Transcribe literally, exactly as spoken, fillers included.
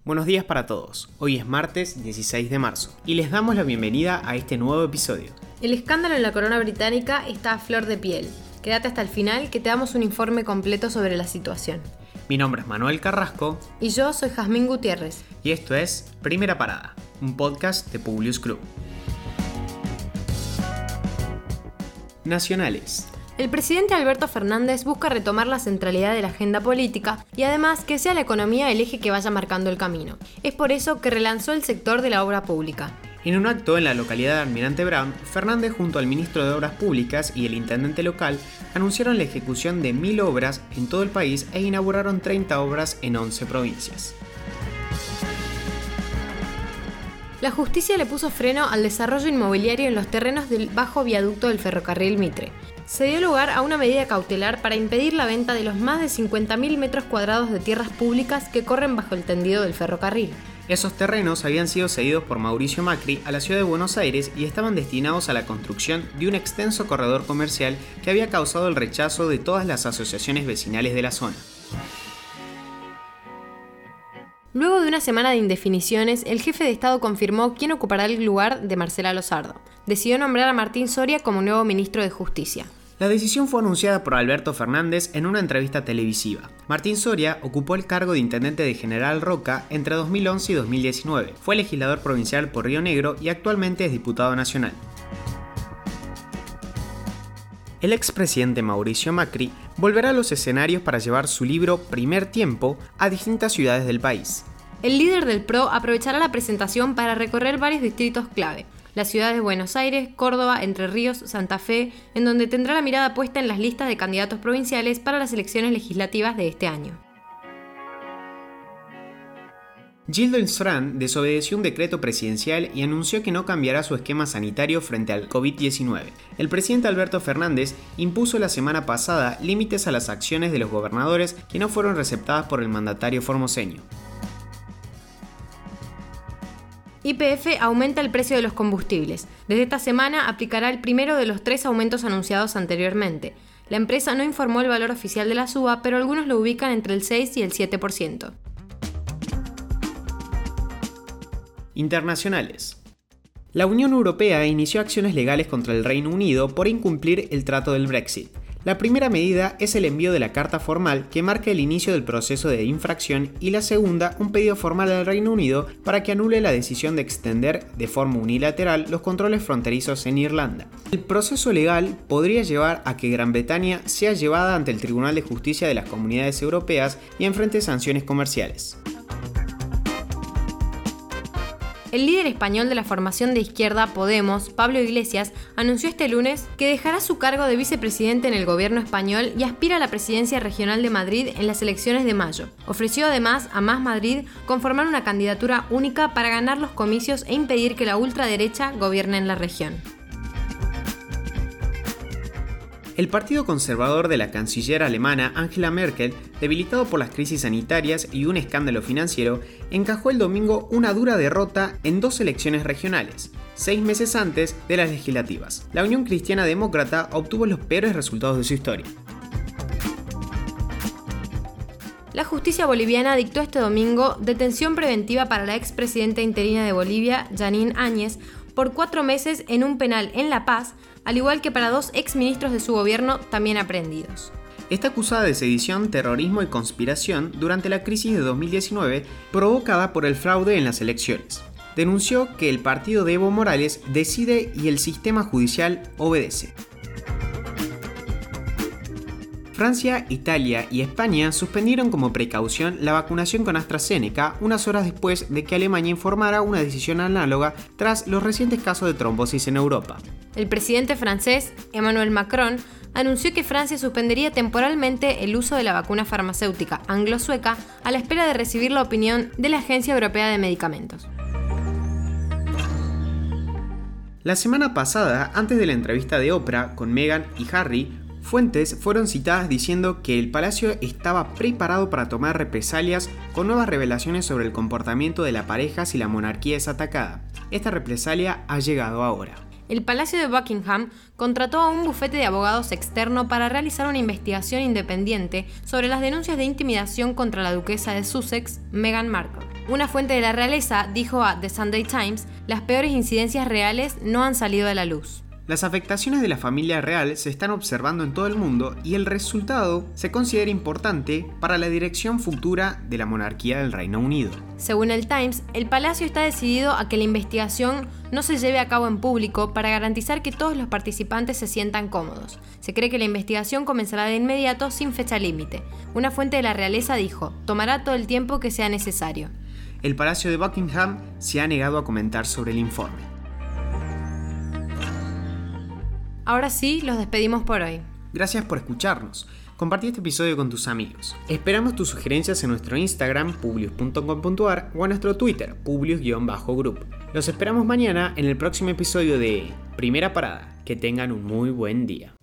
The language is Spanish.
Buenos días para todos, hoy es martes dieciséis de marzo y les damos la bienvenida a este nuevo episodio. El escándalo en la corona británica está a flor de piel. Quédate hasta el final que te damos un informe completo sobre la situación. Mi nombre es Manuel Carrasco Y yo soy Jazmín Gutiérrez. y esto es Primera Parada, un podcast de Publius Club. Nacionales. El presidente Alberto Fernández busca retomar la centralidad de la agenda política y además que sea la economía el eje que vaya marcando el camino. Es por eso que relanzó el sector de la obra pública. En un acto en la localidad de Almirante Brown, Fernández junto al ministro de Obras Públicas y el intendente local anunciaron la ejecución de mil obras en todo el país e inauguraron treinta obras en once provincias. La justicia le puso freno al desarrollo inmobiliario en los terrenos del bajo viaducto del ferrocarril Mitre. Se dio lugar a una medida cautelar para impedir la venta de los más de cincuenta mil metros cuadrados de tierras públicas que corren bajo el tendido del ferrocarril. Esos terrenos habían sido cedidos por Mauricio Macri a la ciudad de Buenos Aires y estaban destinados a la construcción de un extenso corredor comercial que había causado el rechazo de todas las asociaciones vecinales de la zona. Luego de una semana de indefiniciones, el jefe de Estado confirmó quién ocupará el lugar de Marcela Lozardo. Decidió nombrar a Martín Soria como nuevo ministro de Justicia. La decisión fue anunciada por Alberto Fernández en una entrevista televisiva. Martín Soria ocupó el cargo de intendente de General Roca entre dos mil once y dos mil diecinueve. Fue legislador provincial por Río Negro y actualmente es diputado nacional. El expresidente Mauricio Macri volverá a los escenarios para llevar su libro Primer Tiempo a distintas ciudades del país. El líder del P R O aprovechará la presentación para recorrer varios distritos clave. Las ciudades de Buenos Aires, Córdoba, Entre Ríos, Santa Fe, en donde tendrá la mirada puesta en las listas de candidatos provinciales para las elecciones legislativas de este año. Gildo Insfrán desobedeció un decreto presidencial y anunció que no cambiará su esquema sanitario frente al covid diecinueve. El presidente Alberto Fernández impuso la semana pasada límites a las acciones de los gobernadores que no fueron receptadas por el mandatario formoseño. Y P F aumenta el precio de los combustibles. Desde esta semana aplicará el primero de los tres aumentos anunciados anteriormente. La empresa no informó el valor oficial de la suba, pero algunos lo ubican entre el seis y el siete por ciento. Internacionales. La Unión Europea inició acciones legales contra el Reino Unido por incumplir el trato del Brexit. La primera medida es el envío de la carta formal que marca el inicio del proceso de infracción y la segunda, un pedido formal al Reino Unido para que anule la decisión de extender de forma unilateral los controles fronterizos en Irlanda. El proceso legal podría llevar a que Gran Bretaña sea llevada ante el Tribunal de Justicia de las Comunidades Europeas y enfrente sanciones comerciales. El líder español de la formación de izquierda Podemos, Pablo Iglesias, anunció este lunes que dejará su cargo de vicepresidente en el gobierno español y aspira a la presidencia regional de Madrid en las elecciones de mayo. Ofreció además a Más Madrid conformar una candidatura única para ganar los comicios e impedir que la ultraderecha gobierne en la región. El partido conservador de la canciller alemana Angela Merkel, debilitado por las crisis sanitarias y un escándalo financiero, encajó el domingo una dura derrota en dos elecciones regionales, seis meses antes de las legislativas. La Unión Cristiana Demócrata obtuvo los peores resultados de su historia. La justicia boliviana dictó este domingo detención preventiva para la expresidenta interina de Bolivia, Janine Áñez, por cuatro meses en un penal en La Paz, al igual que para dos exministros de su gobierno también aprehendidos. Está acusada de sedición, terrorismo y conspiración durante la crisis de dos mil diecinueve provocada por el fraude en las elecciones. Denunció que el partido de Evo Morales decide y el sistema judicial obedece. Francia, Italia y España suspendieron como precaución la vacunación con AstraZeneca unas horas después de que Alemania informara una decisión análoga tras los recientes casos de trombosis en Europa. El presidente francés, Emmanuel Macron, anunció que Francia suspendería temporalmente el uso de la vacuna farmacéutica anglo-sueca a la espera de recibir la opinión de la Agencia Europea de Medicamentos. La semana pasada, antes de la entrevista de Oprah con Meghan y Harry, fuentes fueron citadas diciendo que el palacio estaba preparado para tomar represalias con nuevas revelaciones sobre el comportamiento de la pareja si la monarquía es atacada. Esta represalia ha llegado ahora. El Palacio de Buckingham contrató a un bufete de abogados externo para realizar una investigación independiente sobre las denuncias de intimidación contra la duquesa de Sussex, Meghan Markle. Una fuente de la realeza dijo a The Sunday Times: las peores incidencias reales no han salido a la luz. Las afectaciones de la familia real se están observando en todo el mundo y el resultado se considera importante para la dirección futura de la monarquía del Reino Unido. Según el Times, el Palacio está decidido a que la investigación no se lleve a cabo en público para garantizar que todos los participantes se sientan cómodos. Se cree que la investigación comenzará de inmediato sin fecha límite. Una fuente de la realeza dijo: tomará todo el tiempo que sea necesario. El Palacio de Buckingham se ha negado a comentar sobre el informe. Ahora sí, los despedimos por hoy. Gracias por escucharnos. Compartí este episodio con tus amigos. Esperamos tus sugerencias en nuestro Instagram, publius punto com punto a r, o en nuestro Twitter, publius-group. Los esperamos mañana en el próximo episodio de Primera Parada. Que tengan un muy buen día.